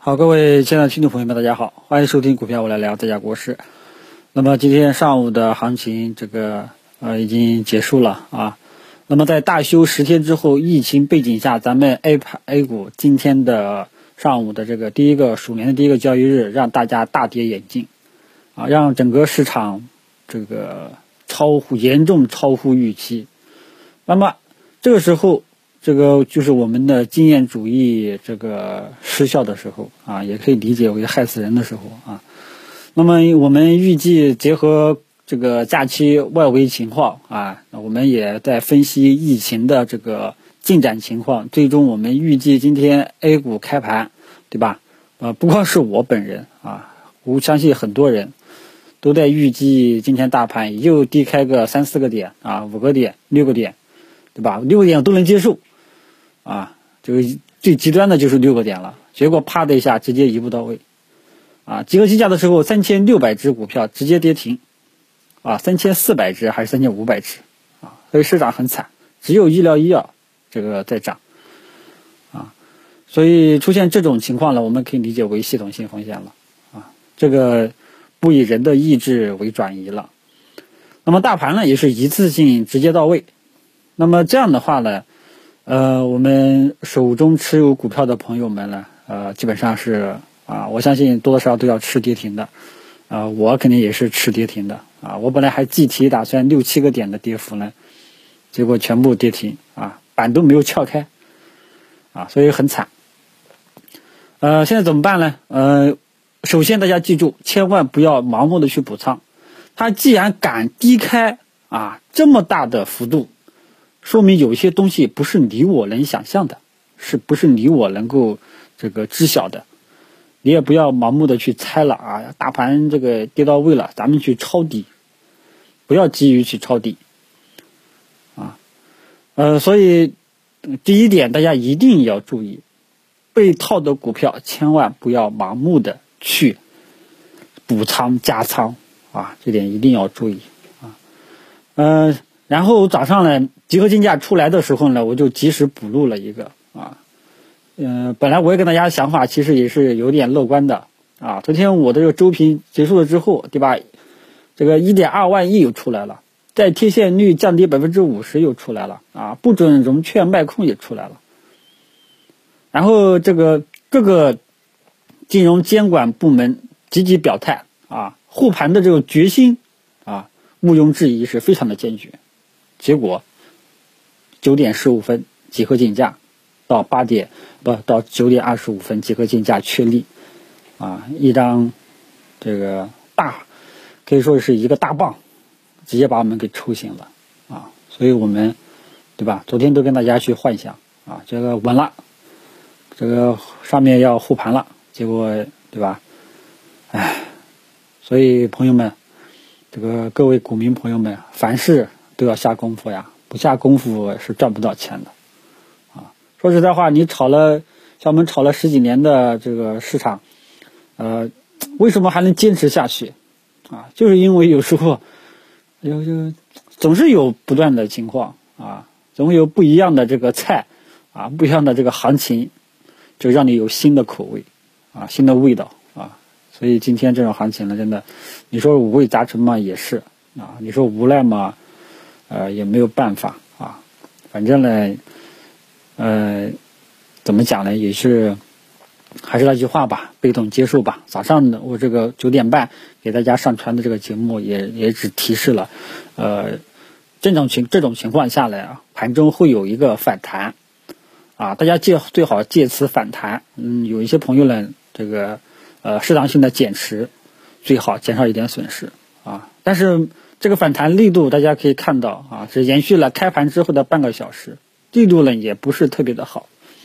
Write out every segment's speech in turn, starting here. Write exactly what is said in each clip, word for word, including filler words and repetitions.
好，各位亲爱的听众朋友们，大家好，欢迎收听股票我来聊，在家国师。那么今天上午的行情，这个呃已经结束了啊。那么在大休十天之后，疫情背景下，咱们 A 盘 A 股今天的上午的这个第一个鼠年的第一个交易日，让大家大跌眼镜啊，让整个市场这个超乎严重超乎预期。那么这个时候，这个就是我们的经验主义这个失效的时候啊，也可以理解为害死人的时候啊。那么我们预计结合这个假期外围情况啊，我们也在分析疫情的这个进展情况，最终我们预计今天 A 股开盘，对吧？呃，不光是我本人啊，我相信很多人都在预计今天大盘也就低开个三四个点啊，五个点、六个点，对吧？六个点都能接受。啊，这个最极端的就是六个点了，结果啪的一下直接一步到位，啊，集合竞价的时候三千六百只股票直接跌停，啊，三千四百只还是三千五百只，啊，所以市场很惨，只有医疗医药这个在涨，啊，所以出现这种情况呢，我们可以理解为系统性风险了，啊，这个不以人的意志为转移了，那么大盘呢也是一次性直接到位，那么这样的话呢。呃，我们手中持有股票的朋友们呢，呃，基本上是啊，我相信多多少少都要吃跌停的，啊，我肯定也是吃跌停的啊。我本来还计提打算六七个点的跌幅呢，结果全部跌停啊，板都没有撬开啊，所以很惨。呃，现在怎么办呢？呃，首先大家记住，千万不要盲目的去补仓。它既然敢低开啊，这么大的幅度。说明有一些东西不是你我能想象的，是不是你我能够这个知晓的？你也不要盲目的去猜了啊！大盘这个跌到位了，咱们去抄底，不要急于去抄底啊。呃，所以第一点，大家一定要注意，被套的股票千万不要盲目的去补仓加仓啊，这点一定要注意啊。呃。然后早上呢，集合竞价出来的时候呢，我就及时补录了一个啊，嗯、呃，本来我也跟大家想法其实也是有点乐观的啊。昨天我的这个周评结束了之后，对吧？这个 一点二万亿又出来了，在贴现率降低百分之五十又出来了啊，不准融券卖空也出来了。然后这个各个金融监管部门积极表态啊，护盘的这个决心啊，毋庸置疑是非常的坚决。结果九点十五分集合竞价，到八点不到九点二十五分集合竞价确立，啊，一张这个大可以说是一个大棒，直接把我们给抽醒了啊！所以我们对吧？昨天都跟大家去幻想啊，这个稳了，这个上面要护盘了，结果对吧？哎，所以朋友们，这个各位股民朋友们，凡事都要下功夫呀，不下功夫是赚不到钱的，啊，说实在话，你炒了像我们炒了十几年的这个市场，呃，为什么还能坚持下去？啊，就是因为有时候有就总是有不断的情况啊，总会有不一样的这个菜啊，不一样的这个行情，就让你有新的口味啊，新的味道啊，所以今天这种行情呢，真的，你说五味杂陈嘛，也是啊，你说无奈嘛。呃，也没有办法啊，反正呢，呃，怎么讲呢，也是，还是那句话吧，被动接受吧。早上我这个九点半给大家上传的这个节目也也只提示了，呃，这种情这种情况下来啊，盘中会有一个反弹，啊，大家借最好借此反弹，嗯，有一些朋友呢，这个呃适当性的减持，最好减少一点损失啊，但是。这个反弹力度大家可以看到啊，是延续了开盘之后的半个小时，力度呢也不是特别的好，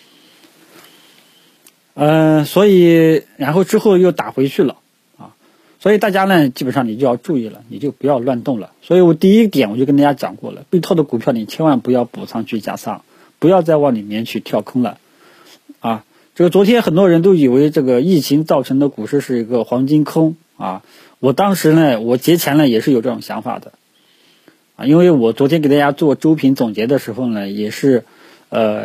呃，所以然后之后又打回去了啊，所以大家呢基本上你就要注意了，你就不要乱动了。所以我第一点我就跟大家讲过了，被套的股票你千万不要补仓去加仓，不要再往里面去跳空了啊。这个昨天很多人都以为这个疫情造成的股市是一个黄金空啊。我当时呢，我节前呢也是有这种想法的，啊，因为我昨天给大家做周评总结的时候呢，也是，呃，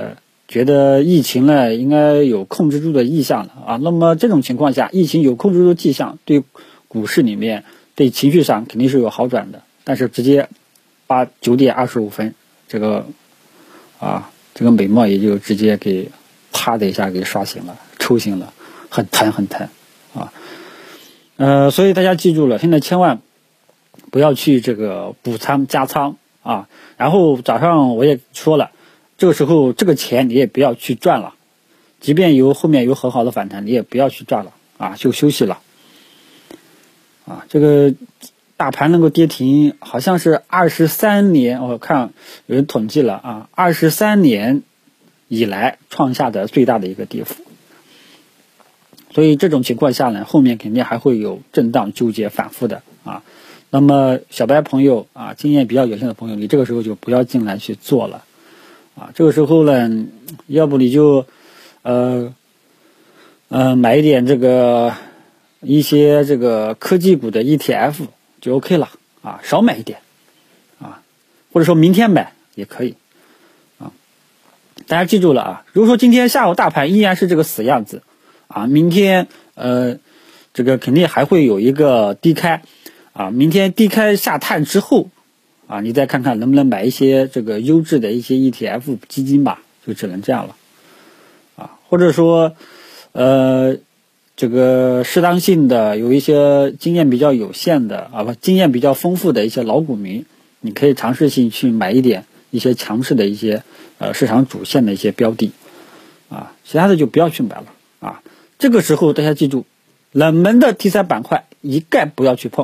觉得疫情呢应该有控制住的迹象了啊。那么这种情况下，疫情有控制住的迹象，对股市里面对情绪上肯定是有好转的。但是直接八九点二十五分，这个啊这个美墨也就直接给啪的一下给刷醒了，抽醒了，很疼很疼啊。呃，所以大家记住了，现在千万不要去这个补仓加仓啊。然后早上我也说了，这个时候这个钱你也不要去赚了，即便有后面有很好的反弹，你也不要去赚了啊，就休息了啊。这个大盘能够跌停，好像是二十三年，我看有人统计了啊，二十三年以来创下的最大的一个跌幅。所以这种情况下呢，后面肯定还会有震荡、纠结、反复的啊。那么小白朋友啊，经验比较有限的朋友，你这个时候就不要进来去做了啊。这个时候呢，要不你就呃呃买一点这个一些这个科技股的 E T F 就 OK 了啊，少买一点啊，或者说明天买也可以啊。大家记住了啊，如果说今天下午大盘依然是这个死样子啊，明天呃这个肯定还会有一个低开啊，明天低开下探之后啊，你再看看能不能买一些这个优质的一些 E T F 基金吧，就只能这样了啊。或者说呃这个适当性的有一些经验比较有限的啊不经验比较丰富的一些老股民，你可以尝试性去买一点一些强势的一些呃市场主线的一些标的啊，其他的就不要去买了啊。这个时候大家记住，冷门的题材板块一概不要去碰，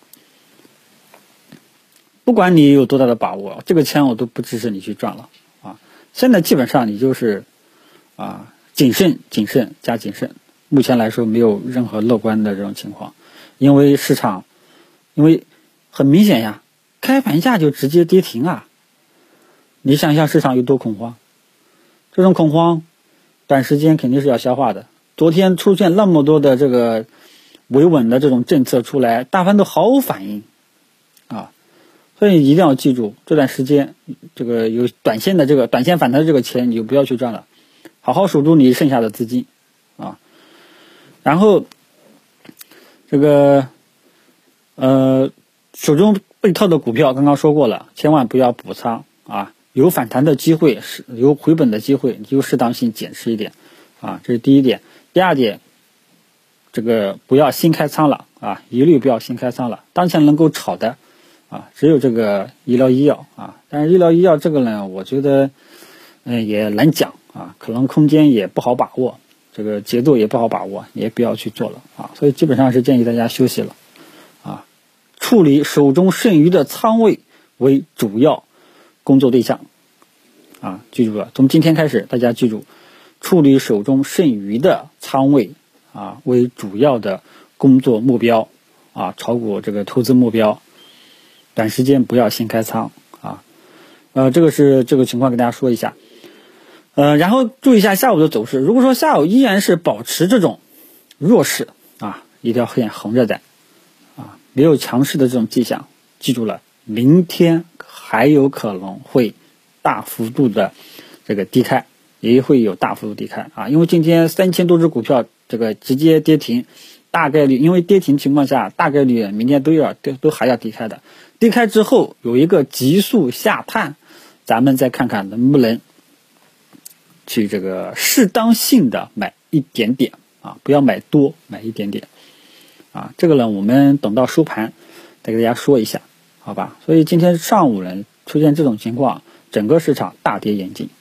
不管你有多大的把握，这个钱我都不支持你去赚了啊。现在基本上你就是啊谨慎谨慎加谨慎，目前来说没有任何乐观的这种情况，因为市场因为很明显呀，开盘价就直接跌停啊，你想一下市场有多恐慌，这种恐慌短时间肯定是要消化的。昨天出现那么多的这个维稳的这种政策出来，大盘都毫无反应啊，所以一定要记住，这段时间这个有短线的这个短线反弹的这个钱你就不要去赚了，好好守住你剩下的资金啊。然后这个呃手中被套的股票刚刚说过了，千万不要补仓啊，有反弹的机会，是有回本的机会，你就适当性减持一点啊，这是第一点。第二点，这个不要新开仓了啊，一律不要新开仓了。当前能够炒的啊，只有这个医疗医药啊，但是医疗医药这个呢，我觉得嗯、呃、也难讲啊，可能空间也不好把握，这个节奏也不好把握，也不要去做了啊。所以基本上是建议大家休息了啊，处理手中剩余的仓位为主要工作对象啊，记住了，从今天开始大家记住。处理手中剩余的仓位啊为主要的工作目标啊，炒股这个投资目标，短时间不要新开仓啊。呃，这个是这个情况跟大家说一下。呃，然后注意一下下午的走势，如果说下午依然是保持这种弱势啊，一条黑线横着的啊，没有强势的这种迹象，记住了，明天还有可能会大幅度的这个低开。也会有大幅度低开啊，因为今天三千多只股票这个直接跌停，大概率因为跌停情况下，大概率明天都要都都还要低开的，低开之后有一个急速下探，咱们再看看能不能去这个适当性的买一点点啊，不要买多，买一点点啊，这个呢我们等到收盘再给大家说一下，好吧？所以今天上午呢出现这种情况，整个市场大跌眼镜。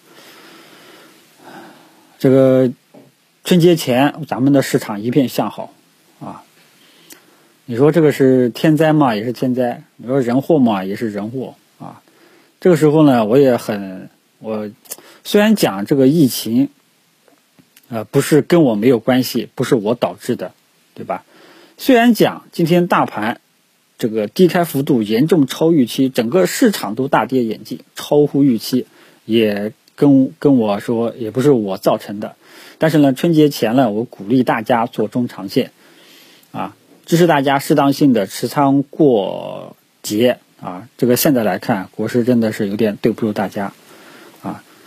这个春节前咱们的市场一片向好啊，你说这个是天灾嘛，也是天灾，你说人祸嘛，也是人祸啊。这个时候呢，我也很我虽然讲这个疫情呃不是跟我没有关系，不是我导致的，对吧？虽然讲今天大盘这个低开幅度严重超预期，整个市场都大跌眼镜，超乎预期，也跟跟我说也不是我造成的，但是呢，春节前呢，我鼓励大家做中长线，啊，支持大家适当性的持仓过节啊。这个现在来看，国师真的是有点对不住大家，啊，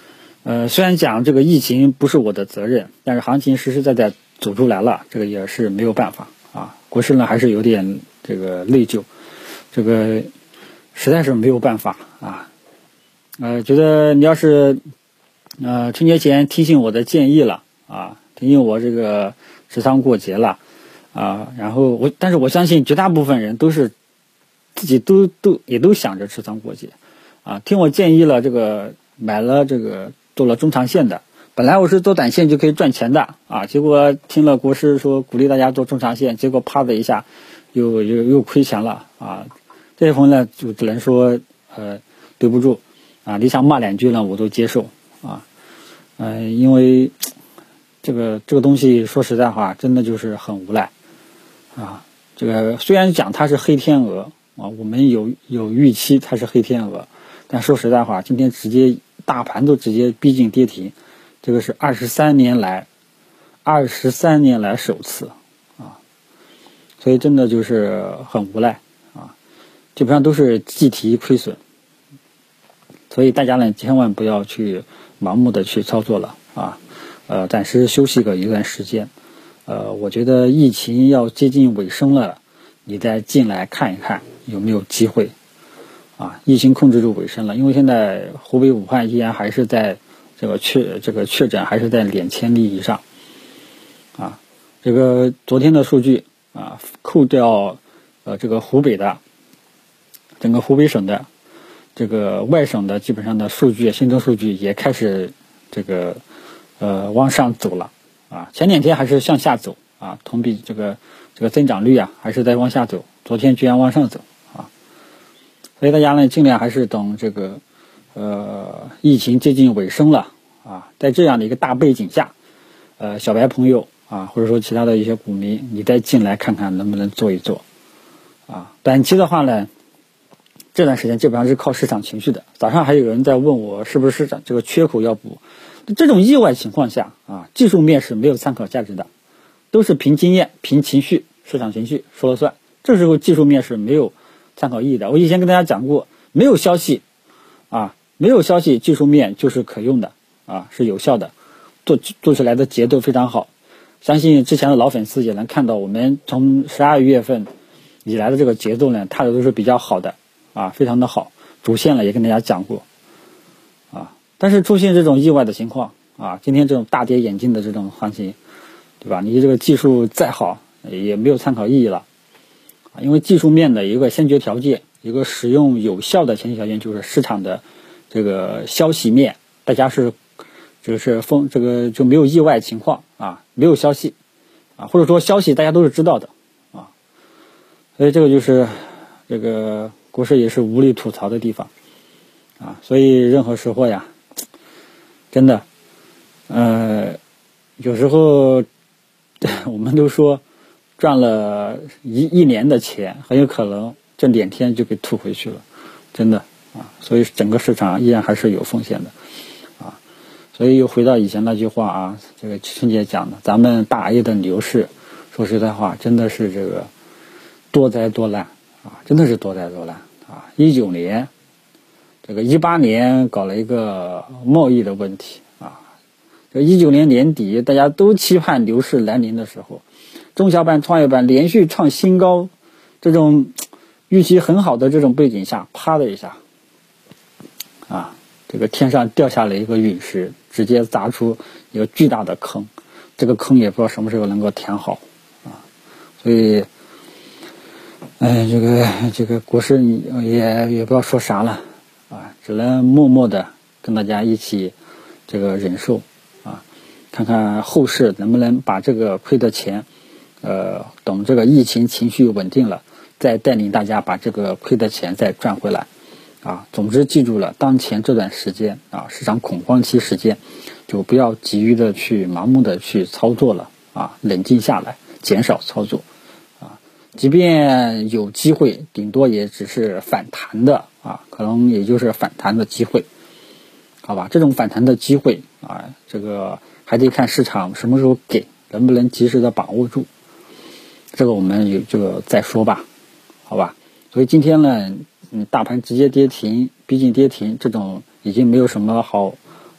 呃，虽然讲这个疫情不是我的责任，但是行情实实在在走出来了，这个也是没有办法啊。国师呢还是有点这个内疚，这个实在是没有办法啊。呃，觉得你要是呃春节前听信我的建议了啊，听信我这个持仓过节了啊，然后我，但是我相信绝大部分人都是自己都都也都想着持仓过节啊，听我建议了，这个买了这个做了中长线的，本来我是做短线就可以赚钱的啊，结果听了国师说鼓励大家做中长线，结果啪的一下又又又亏钱了啊，这些朋友呢就只能说呃对不住啊，你想骂两句呢我都接受啊，呃因为这个这个东西说实在话真的就是很无赖啊，这个虽然讲它是黑天鹅啊，我们有有预期它是黑天鹅，但说实在话，今天直接大盘都直接逼近跌停，这个是二十三年来二十三年来首次啊，所以真的就是很无赖啊，基本上都是计提亏损，所以大家呢千万不要去盲目的去操作了啊，呃，暂时休息个一段时间，呃，我觉得疫情要接近尾声了，你再进来看一看有没有机会。啊，疫情控制住尾声了，因为现在湖北武汉依然还是在这个确这个确诊还是在两千例以上，啊，这个昨天的数据啊，扣掉呃这个湖北的整个湖北省的这个外省的基本上的数据新增数据也开始这个呃往上走了啊，前两天还是向下走啊，同比这个这个增长率啊还是在往下走，昨天居然往上走。所以大家呢，尽量还是等这个，呃，疫情接近尾声了啊，在这样的一个大背景下，呃，小白朋友啊，或者说其他的一些股民，你再进来看看能不能做一做，啊，短期的话呢，这段时间基本上是靠市场情绪的。早上还有人在问我是不是市场这个缺口要补，这种意外情况下啊，技术面是没有参考价值的，都是凭经验、凭情绪、市场情绪说了算，这时候技术面是没有参考意义的。我以前跟大家讲过，没有消息啊，没有消息，技术面就是可用的啊，是有效的，做做起来的节奏非常好。相信之前的老粉丝也能看到，我们从十二月份以来的这个节奏呢，踏的都是比较好的啊，非常的好。主线呢也跟大家讲过啊，但是出现这种意外的情况啊，今天这种大跌眼镜的这种行情，对吧？你这个技术再好也没有参考意义了。因为技术面的一个先决条件，一个使用有效的前提条件就是市场的这个消息面，大家是就是风这个就没有意外情况啊，没有消息啊，或者说消息大家都是知道的啊，所以这个就是这个国师也是无力吐槽的地方啊，所以任何时候呀，真的，呃，有时候我们都说。赚了一一年的钱，很有可能这两天就给吐回去了，真的啊！所以整个市场依然还是有风险的啊！所以又回到以前那句话啊，这个春节讲的，咱们大 A 的牛市，说实在话，真的是这个多灾多难啊！真的是多灾多难啊！一九年，这个一八年搞了一个贸易的问题啊，这一九年年底大家都期盼牛市来临的时候。中小板、创业板连续创新高，这种预期很好的这种背景下，啪的一下，啊，这个天上掉下来一个陨石，直接砸出一个巨大的坑，这个坑也不知道什么时候能够填好，啊，所以，哎，这个这个国师也也不知道说啥了，啊，只能默默的跟大家一起这个忍受，啊，看看后市能不能把这个亏的钱。呃，等这个疫情情绪稳定了，再带领大家把这个亏的钱再赚回来，啊，总之记住了，当前这段时间啊，市场恐慌期时间，就不要急于的去盲目的去操作了，啊，冷静下来，减少操作，啊，即便有机会，顶多也只是反弹的，啊，可能也就是反弹的机会，好吧，这种反弹的机会啊，这个还得看市场什么时候给，能不能及时的把握住。这个我们有这个再说吧，好吧。所以今天呢，嗯，大盘直接跌停，逼近跌停，这种已经没有什么好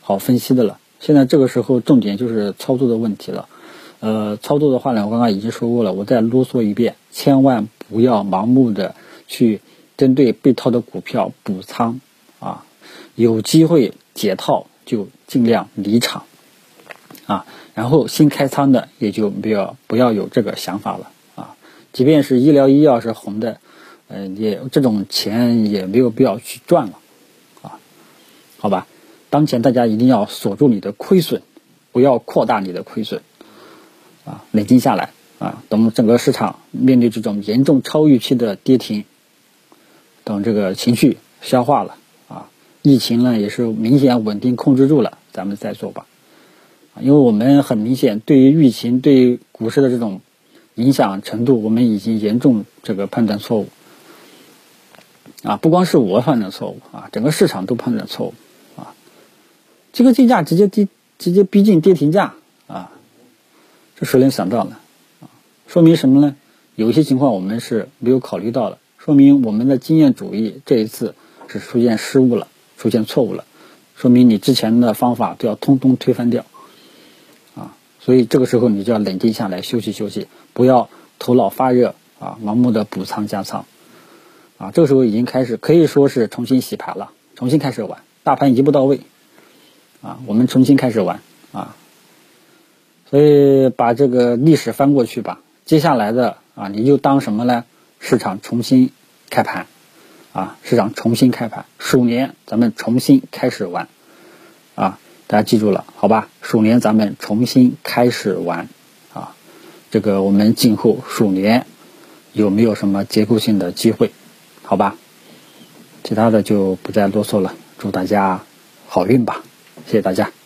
好分析的了。现在这个时候重点就是操作的问题了。呃，操作的话呢，我刚刚已经说过了，我再啰嗦一遍，千万不要盲目的去针对被套的股票补仓啊，有机会解套就尽量离场啊，然后新开仓的也就不要不要有这个想法了啊。即便是医疗医药是红的，呃，也这种钱也没有必要去赚了啊，好吧？当前大家一定要锁住你的亏损，不要扩大你的亏损。啊，冷静下来啊！等整个市场面对这种严重超预期的跌停，等这个情绪消化了啊，疫情呢也是明显稳定控制住了，咱们再做吧。啊，因为我们很明显对于疫情对于股市的这种影响程度，我们已经严重这个判断错误啊，不光是我判断错误啊，整个市场都判断错误啊，这个竞价直接低，直接逼近跌停价啊。这谁能想到呢？啊，说明什么呢？有一些情况我们是没有考虑到的，说明我们的经验主义这一次是出现失误了，出现错误了，说明你之前的方法都要通通推翻掉啊！所以这个时候你就要冷静下来，休息休息，不要头脑发热啊，盲目的补仓加仓啊！这个时候已经开始可以说是重新洗牌了，重新开始玩，大盘已经不到位啊，我们重新开始玩啊！所以把这个历史翻过去吧，接下来的啊，你就当什么呢？市场重新开盘，啊，市场重新开盘，鼠年咱们重新开始玩，啊，大家记住了，好吧？鼠年咱们重新开始玩，啊，这个我们今后鼠年有没有什么结构性的机会？好吧？其他的就不再啰嗦了，祝大家好运吧，谢谢大家。